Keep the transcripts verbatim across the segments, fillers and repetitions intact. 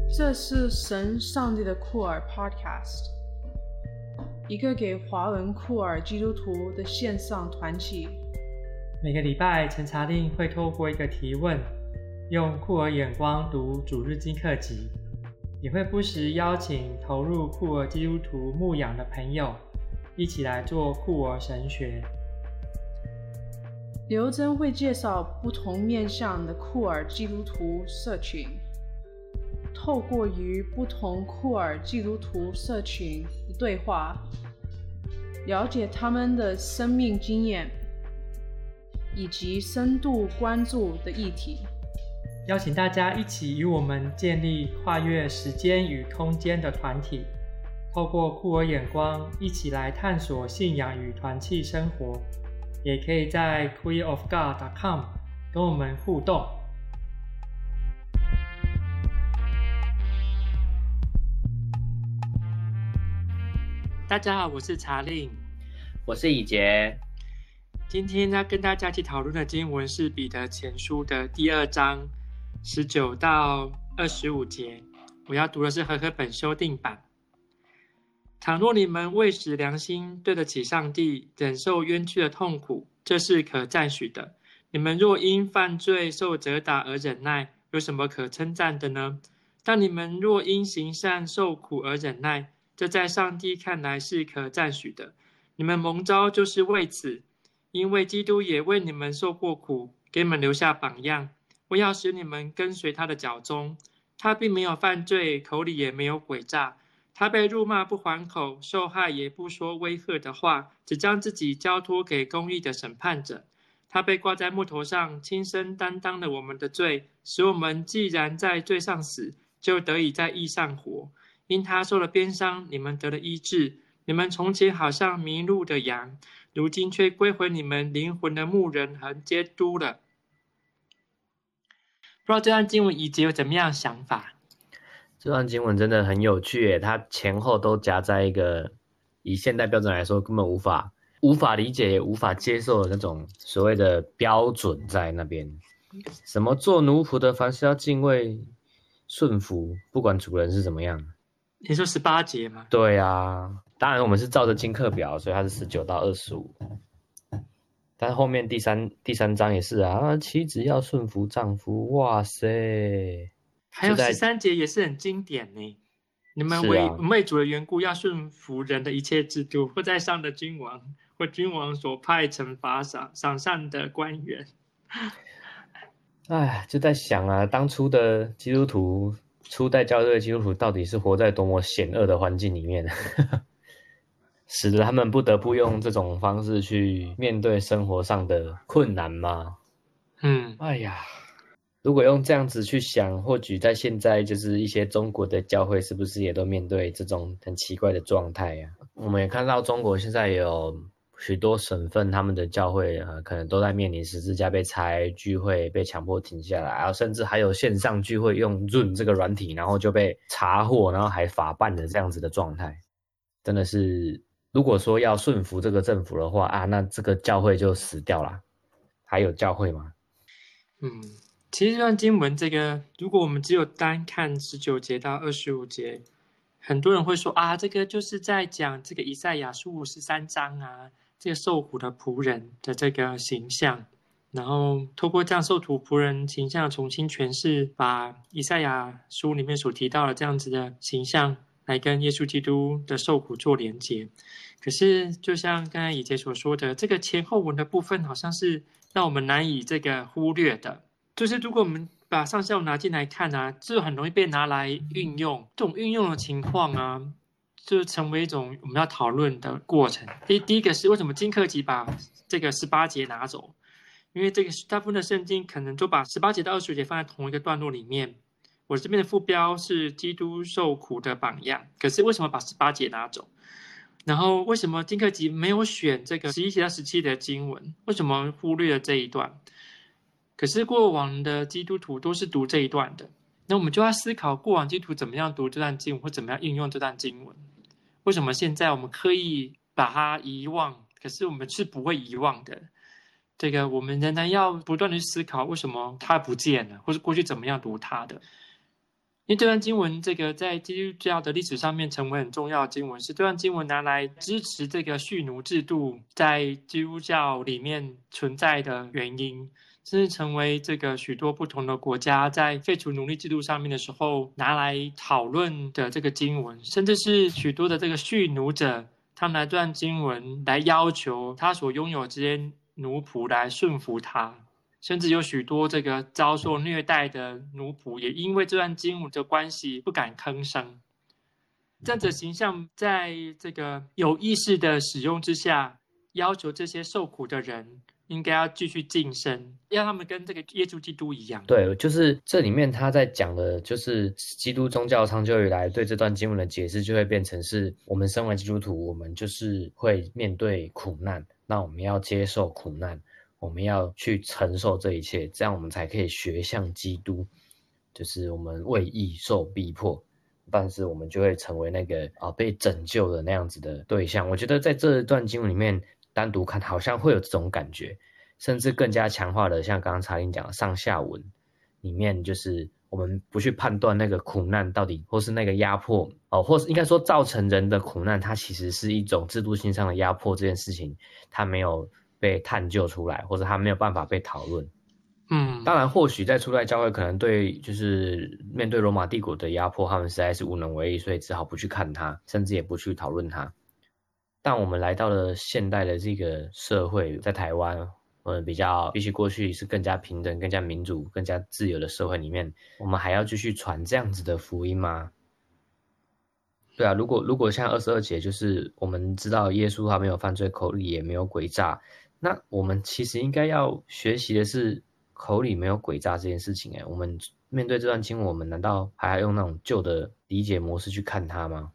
这是神上帝的库尔 Podcast， 一个给华文库尔基督徒的线上团契。 每个礼拜陈查令会透过一个提问，用库尔眼光读主日经课集，也会不时邀请投入库尔基督徒牧养的朋友，一起来做库尔神学。 刘真会介绍不同面向的库尔基督徒社群，透过与不同库尔基督徒社群的对话，了解他们的生命经验以及深度关注的议题， 邀请大家一起与我们建立跨越时间与空间的团体，透过库尔眼光一起来探索信仰与团契生活。也可以在 queer of god dot com 跟我们互动。大家好，我是查令， 我是以杰。 今天要跟大家一起讨论的经文是彼得前书的第二章十九到二十五节，我要读的是和合本修订版。倘若你们为使良心对得起上帝，忍受冤屈的痛苦，这是可赞许的。你们若因犯罪受责打而忍耐，有什么可称赞的呢？但你们若因行善受苦而忍耐，这在上帝看来是可赞许的。你们蒙召就是为此，因为基督也为你们受过苦，给你们留下榜样，为要使你们跟随他的脚踪。他并没有犯罪，口里也没有诡诈。他被辱骂不还口，受害也不说威吓的话，只将自己交托给公义的审判者。他被挂在木头上，亲身担当了我们的罪，使我们既然在罪上死，就得以在义上活。因他受了鞭伤，你们得了医治。你们从前好像迷路的羊，如今却归回你们灵魂的牧人和基督了。不知道这段经文以及有怎么样的想法？ 这段经文真的很有趣耶，它前后都夹在一个以现代标准来说根本无法无法理解也无法接受的那种所谓的标准在那边。什么做奴仆的凡事要敬畏顺服，不管主人是怎么样。 你说十八节吗？ 对啊，当然我们是照着经课表，所以它是十九到二十五。但后面第三第三章也是啊，妻子要顺服丈夫，哇塞！ 还有十三节也是很经典呢。你们为、啊、为主的缘故，要顺服人的一切制度，或在上的君王，或君王所派惩罚赏赏善的官员。 哎，就在想啊，当初的基督徒，初代教会的基督徒，到底是活在多么险恶的环境里面，使得他们不得不用这种方式去面对生活上的困难吗？ 嗯， 哎呀。如果用这样子去想，或许在现在就是一些中国的教会是不是也都面对这种很奇怪的状态啊？我们也看到中国现在有许多省份，他们的教会呃可能都在面临十字架被拆，聚会被强迫停下来，然后甚至还有线上聚会用 Zoom 这个软体，然后就被查获，然后还法办的这样子的状态，真的是如果说要顺服这个政府的话啊，那这个教会就死掉了。还有教会吗？ 嗯。其实这段经文，这个如果我们只有单看十九节到二十五节，很多人会说啊，这个就是在讲这个以赛亚书五十三章啊，这个受苦的仆人的这个形象，然后透过这样受苦仆人形象重新诠释，把以赛亚书里面所提到的这样子的形象来跟耶稣基督的受苦做连结。可是就像刚才以杰所说的，这个前后文的部分好像是让我们难以这个忽略的。就是如果我们把上下文拿进来看啊，就很容易被拿来运用。这种运用的情况啊，就成为一种我们要讨论的过程。第第一个是为什么经课集把这个十八节拿走？因为这个大部分的圣经可能都把十八节到二十节放在同一个段落里面。我这边的副标是基督受苦的榜样，可是为什么把十八节拿走？然后为什么经课集没有选这个十一节到十七的经文？为什么忽略了这一段？可是过往的基督徒都是读这一段的，那我们就要思考过往基督徒怎么样读这段经文，或怎么样应用这段经文。为什么现在我们刻意把它遗忘？可是我们是不会遗忘的。这个我们仍然要不断的思考，为什么它不见了，或是过去怎么样读它的。 因为这段经文这个在基督教的历史上面成为很重要的经文，是这段经文拿来支持这个蓄奴制度在基督教里面存在的原因，甚至成为这个许多不同的国家在废除奴隶制度上面的时候拿来讨论的这个经文，甚至是许多的这个蓄奴者他们拿这段经文来要求他所拥有这些奴仆来顺服他，甚至有许多这个遭受虐待的奴仆也因为这段经文的关系不敢吭声。这样子的形象在这个有意识的使用之下，要求这些受苦的人应该要继续晋升，让他们跟这个耶稣基督一样。 对，就是这里面他在讲的就是基督宗教长久以来对这段经文的解释，就会变成是我们身为基督徒，我们就是会面对苦难，那我们要接受苦难，我们要去承受这一切，这样我们才可以学像基督，就是我们为义受逼迫，但是我们就会成为那个啊被拯救的那样子的对象。我觉得在这段经文里面单独看好像会有这种感觉，甚至更加强化的，像刚刚查理讲的上下文里面，就是我们不去判断那个苦难到底，或是那个压迫哦，或是应该说造成人的苦难，它其实是一种制度性上的压迫，这件事情它没有被探究出来，或者它没有办法被讨论。 嗯， 当然或许在初代教会可能对就是面对罗马帝国的压迫，他们实在是无能为力，所以只好不去看它，甚至也不去讨论它。但我们来到了现代的这个社会，在台湾我们比较比起过去是更加平等、更加民主、更加自由的社会里面，我们还要继续传这样子的福音吗？对啊，如果如果像二十二节，就是我们知道耶稣他没有犯罪，口里也没有诡诈，那我们其实应该要学习的是口里没有诡诈这件事情。诶，我们面对这段经文，我们难道还要用那种旧的理解模式去看它吗？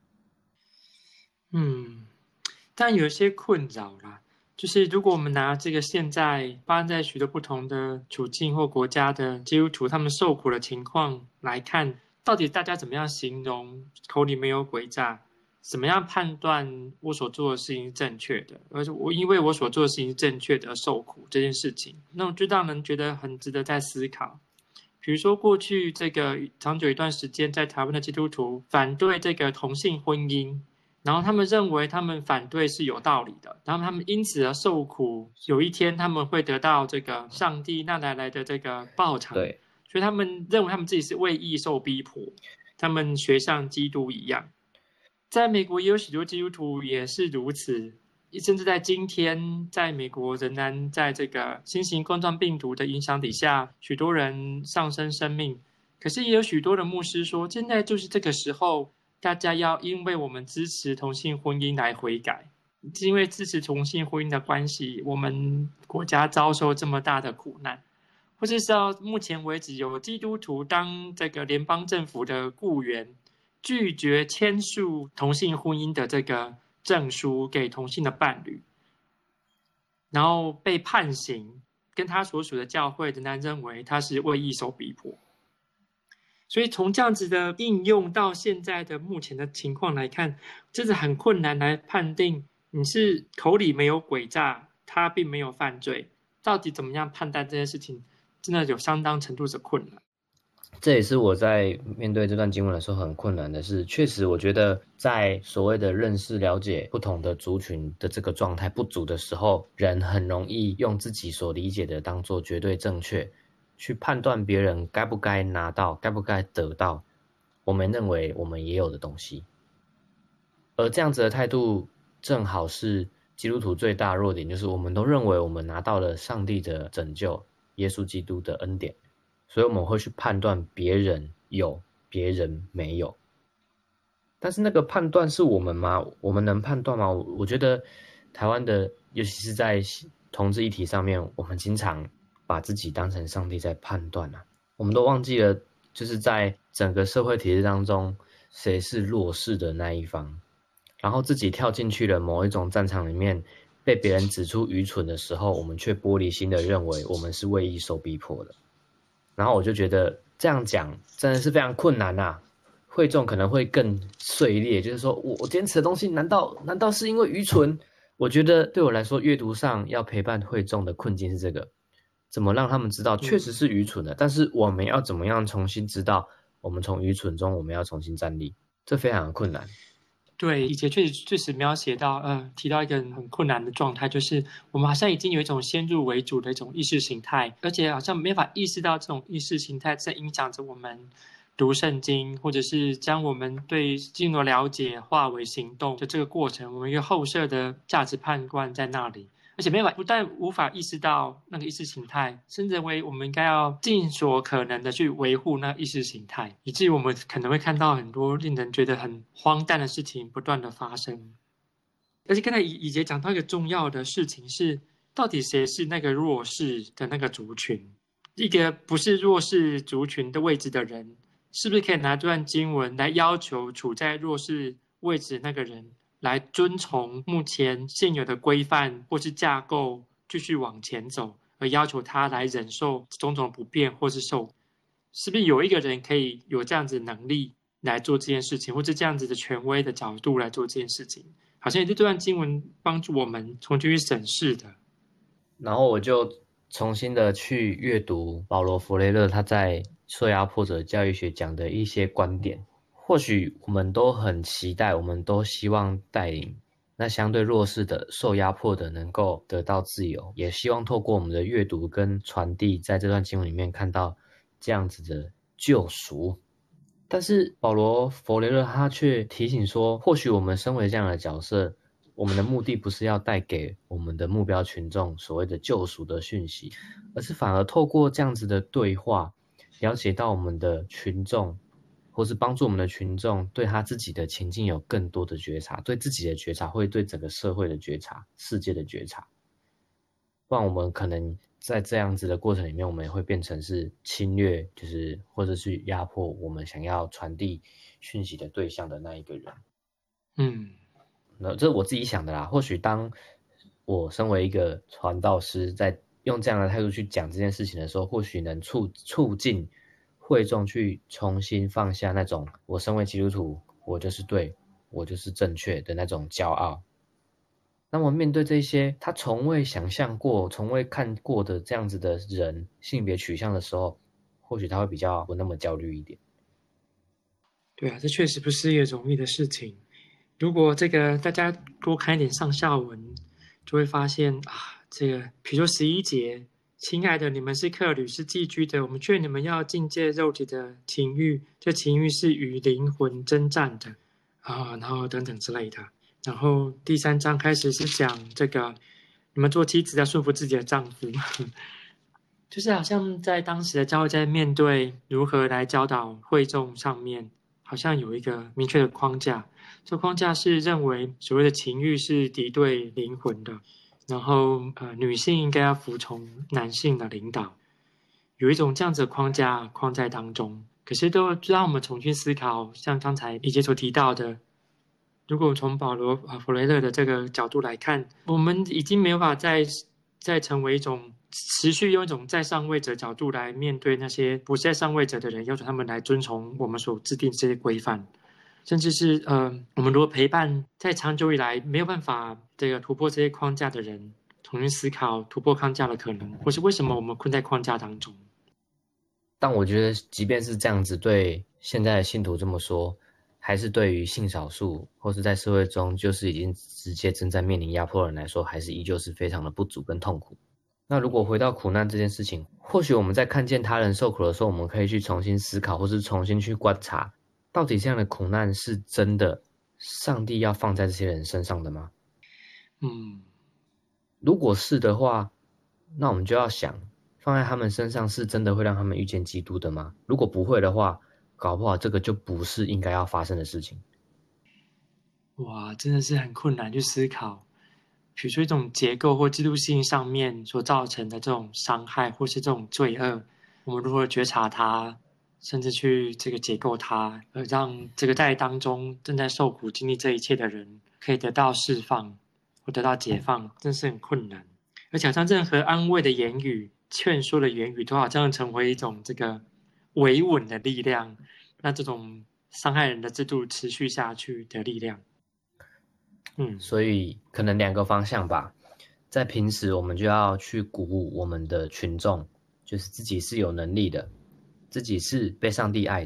嗯，但有一些困扰啦，就是如果我们拿这个现在发生在许多不同的处境或国家的基督徒他们受苦的情况来看，到底大家怎么样形容口里没有诡诈，怎么样判断我所做的事情是正确的，而且我因为我所做的事情是正确的而受苦这件事情，那种就让人觉得很值得再思考。比如说过去这个长久一段时间在台湾的基督徒反对这个同性婚姻，然后他们认为他们反对是有道理的，然后他们因此而受苦，有一天他们会得到这个上帝那来来的这个报偿。 对， 所以他们认为他们自己是为义受逼迫，他们学像基督一样。在美国也有许多基督徒也是如此，甚至在今天在美国仍然在这个新型冠状病毒的影响底下，许多人丧生生命。可是也有许多的牧师说，现在就是这个时候，大家要因为我们支持同性婚姻来悔改，因为支持同性婚姻的关系，我们国家遭受这么大的苦难。或者是到目前为止，有基督徒当这个联邦政府的雇员，拒绝签署同性婚姻的这个证书给同性的伴侣，然后被判刑，跟他所属的教会仍然认为他是为义受逼迫。所以从这样子的应用到现在的目前的情况来看，真的很困难来判定你是口里没有诡诈，他并没有犯罪，到底怎么样判断这件事情，真的有相当程度的困难。 这也是我在面对这段经文的时候很困难的是，确实我觉得在所谓的认识了解不同的族群的这个状态不足的时候，人很容易用自己所理解的当作绝对正确，去判断别人该不该拿到，该不该得到我们认为我们也有的东西。而这样子的态度正好是基督徒最大弱点，就是我们都认为我们拿到了上帝的拯救，耶稣基督的恩典，所以我们会去判断别人有，别人没有。但是那个判断是我们吗？我们能判断吗？我觉得台湾的，尤其是在同志议题上面，我们经常把自己当成上帝在判断啊，我们都忘记了，就是在整个社会体制当中，谁是弱势的那一方，然后自己跳进去了某一种战场里面，被别人指出愚蠢的时候，我们却玻璃心的认为我们是为义受逼迫的。然后我就觉得这样讲真的是非常困难啊，会众可能会更碎裂，就是说我我坚持的东西难道难道是因为愚蠢？我觉得对我来说，阅读上要陪伴会众的困境是这个，怎么让他们知道确实是愚蠢的，嗯、但是我们要怎么样重新知道我我们从愚蠢中我们要重新站立，这非常的困难。 对，以前确实确实描写到，呃，提到一个很困难的状态，就是我们好像已经有一种先入为主的一种意识形态，而且好像没法意识到这种意识形态在影响着我们读圣经，或者是将我们对经的了解化为行动的这个过程，我们一个后设的价值判断在那里。而且没法，不但无法意识到那个意识形态，甚至认为我们应该要尽所可能的去维护那个意识形态，以至于我们可能会看到很多令人觉得很荒诞的事情不断的发生。而且刚才以杰讲到一个重要的事情是，到底谁是那个弱势的那个族群？一个不是弱势族群的位置的人，是不是可以拿这段经文来要求处在弱势位置的那个人来遵从目前现有的规范或是架构继续往前走，而要求他来忍受种种不便或是受，是不是有一个人可以有这样子的能力来做这件事情，或者这样子的权威的角度来做这件事情？好像也是这段经文帮助我们重新去审视的。 然后我就重新的去阅读保罗·弗雷勒他在受压迫者教育学讲的一些观点。或许我们都很期待，我们都希望带领那相对弱势的、受压迫的能够得到自由，也希望透过我们的阅读跟传递，在这段经文里面看到这样子的救赎。但是保罗·弗雷勒他却提醒说，或许我们身为这样的角色，我们的目的不是要带给我们的目标群众所谓的救赎的讯息，而是反而透过这样子的对话，了解到我们的群众，或是帮助我们的群众对他自己的情境有更多的觉察，对自己的觉察，会对整个社会的觉察，世界的觉察。不然我们可能在这样子的过程里面，我们也会变成是侵略，就是或者是压迫我们想要传递讯息的对象的那一个人。 嗯， 那这是我自己想的啦。或许当我身为一个传道师，在用这样的态度去讲这件事情的时候，或许能促促进会众去重新放下那种我身为基督徒，我就是对，我就是正确的那种骄傲。那么面对这些他从未想象过、从未看过的这样子的人性别取向的时候，或许他会比较不那么焦虑一点。 对啊，这确实不是一个容易的事情。如果这个大家多看一点上下文，就会发现啊，这个比如说十一节，亲爱的，你们是客旅，是寄居的，我们劝你们要禁戒肉体的情欲，这情欲是与灵魂征战的啊，然后等等之类的。然后第三章开始是讲这个，你们做妻子要顺服自己的丈夫，就是好像在当时的教会在面对如何来教导会众上面，好像有一个明确的框架。这框架是认为所谓的情欲是敌对灵魂的，然后呃，女性应该要服从男性的领导，有一种这样子的框架框在当中。可是都让我们重新思考，像刚才以杰所提到的，如果从保罗·弗雷勒的这个角度来看，我们已经没有办法再再成为一种持续用一种在上位者角度来面对那些不是在上位者的人，要求他们来遵从我们所制定这些规范，甚至是呃，我们如果陪伴在长久以来没有办法这个突破这些框架的人，重新思考突破框架的可能，或是为什么我们困在框架当中。 但我觉得即便是这样子，对现在的信徒这么说，还是对于性少数或是在社会中就是已经直接正在面临压迫的人来说，还是依旧是非常的不足跟痛苦。那如果回到苦难这件事情，或许我们在看见他人受苦的时候，我们可以去重新思考，或是重新去观察，到底这样的苦难是真的上帝要放在这些人身上的吗？ 嗯， 如果是的话，那我们就要想，放在他们身上是真的会让他们遇见基督的吗？如果不会的话，搞不好这个就不是应该要发生的事情。 哇，真的是很困难去思考，比如说一种结构或制度性上面所造成的这种伤害，或是这种罪恶，我们如何觉察它，甚至去这个解构它，而让这个在当中正在受苦经历这一切的人可以得到释放或得到解放，真是很困难。而且好像任何安慰的言语、劝说的言语，都好像成为一种这个维稳的力量，让这种伤害人的制度持续下去的力量。嗯， 所以可能两个方向吧。在平时我们就要去鼓舞我们的群众，就是自己是有能力的，自己是被上帝爱的，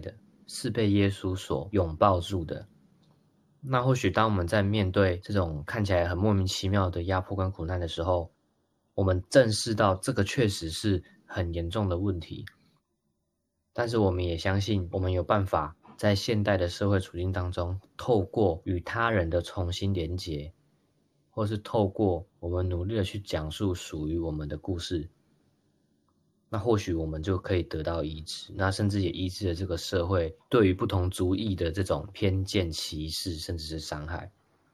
是被耶稣所拥抱住的。那或许当我们在面对这种看起来很莫名其妙的压迫跟苦难的时候，我们正视到这个确实是很严重的问题，但是我们也相信我们有办法在现代的社会处境当中，透过与他人的重新连结，或是透过我们努力的去讲述属于我们的故事，那或许我们就可以得到医治，那甚至也医治了这个社会对于不同族裔的这种偏见、歧视，甚至是伤害。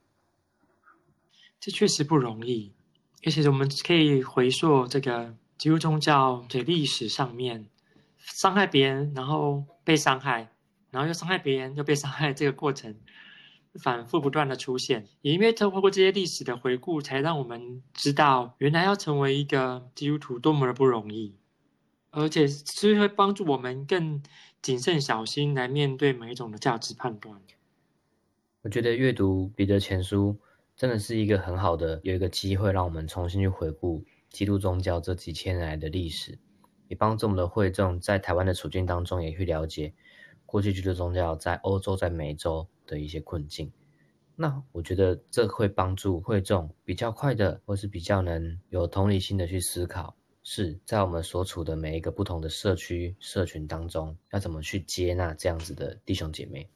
这确实不容易，而且我们可以回溯这个基督宗教的历史上面，伤害别人，然后被伤害，然后又伤害别人，又被伤害，这个过程反复不断的出现。也因为透过这些历史的回顾，才让我们知道，原来要成为一个基督徒多么的不容易。而且是会帮助我们更谨慎小心来面对每一种的价值判断。 我觉得阅读彼得前书真的是一个很好的，有一个机会让我们重新去回顾基督宗教这几千年来的历史，也帮助我们的会众在台湾的处境当中也去了解过去基督宗教在欧洲、在美洲的一些困境。那我觉得这会帮助会众比较快的，或是比较能有同理心的去思考，是在我们所处的每一个不同的社区、社群当中，要怎么去接纳这样子的弟兄姐妹。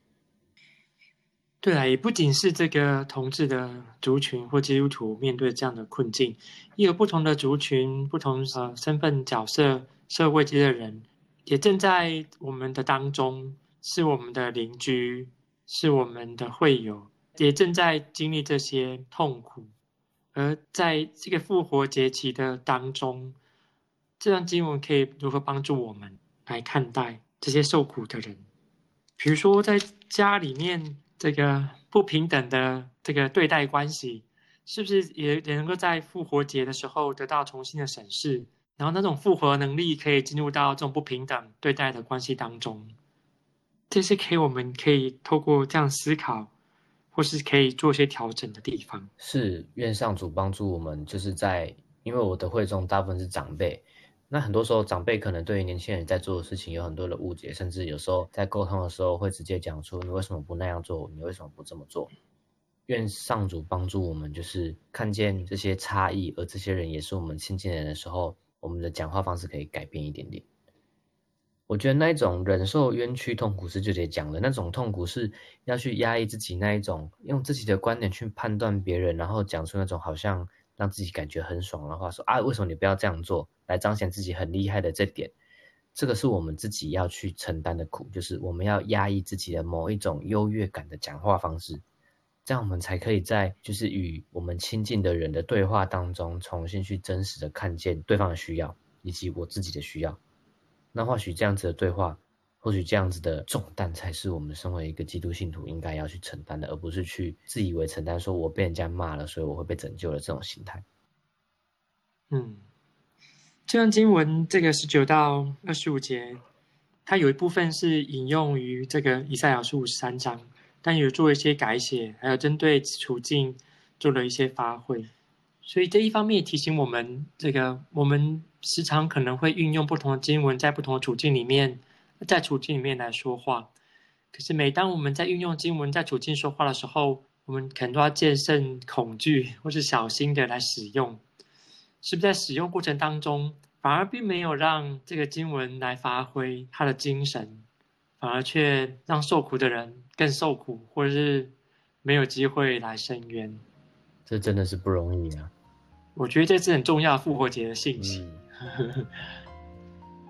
对啊，也不仅是这个同志的族群或基督徒面对这样的困境，也有不同的族群、不同呃身份角色、社会阶的人，也正在我们的当中，是我们的邻居，是我们的会友，也正在经历这些痛苦。而在这个复活节期的当中，这段经文可以如何帮助我们来看待这些受苦的人？比如说，在家里面这个不平等的这个对待关系，是不是也也能够在复活节的时候得到重新的审视？然后那种复活能力可以进入到这种不平等对待的关系当中，这是可以我们可以透过这样思考，或是可以做一些调整的地方。 是，愿上主帮助我们，就是在因为我的会众大部分是长辈，那很多时候长辈可能对于年轻人在做的事情有很多的误解，甚至有时候在沟通的时候会直接讲出你为什么不那样做，你为什么不这么做。愿上主帮助我们，就是看见这些差异，而这些人也是我们亲近人的时候，我们的讲话方式可以改变一点点。我觉得那一种忍受冤屈痛苦是就得讲的，那种痛苦是要去压抑自己那一种用自己的观点去判断别人，然后讲出那种好像让自己感觉很爽的话，说啊为什么你不要这样做，来彰显自己很厉害的这点，这个是我们自己要去承担的苦，就是我们要压抑自己的某一种优越感的讲话方式，这样我们才可以在就是与我们亲近的人的对话当中重新去真实的看见对方的需要以及我自己的需要。那或许这样子的对话，或许这样子的重担才是我们身为一个基督信徒应该要去承担的，而不是去自以为承担说我被人家骂了所以我会被拯救了这种心态。 嗯，这段经文这个十九到二十五节，它有一部分是引用于这个以赛亚书五十三章，但有做一些改写，还有针对处境做了一些发挥。所以这一方面也提醒我们，这个我们时常可能会运用不同的经文，在不同的处境里面，在处境里面来说话。可是每当我们在运用经文在处境说话的时候，我们可能都要戒慎恐惧，或是小心的来使用。是不是在使用过程当中，反而并没有让这个经文来发挥它的精神，反而却让受苦的人更受苦，或者是没有机会来伸冤？ 这真的是不容易啊！ 我觉得这是很重要的复活节的信息。嗯、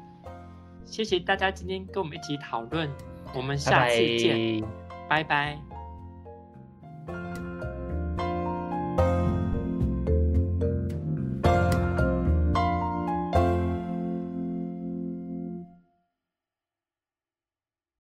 谢谢大家今天跟我们一起讨论，我们下次见，拜拜。拜拜。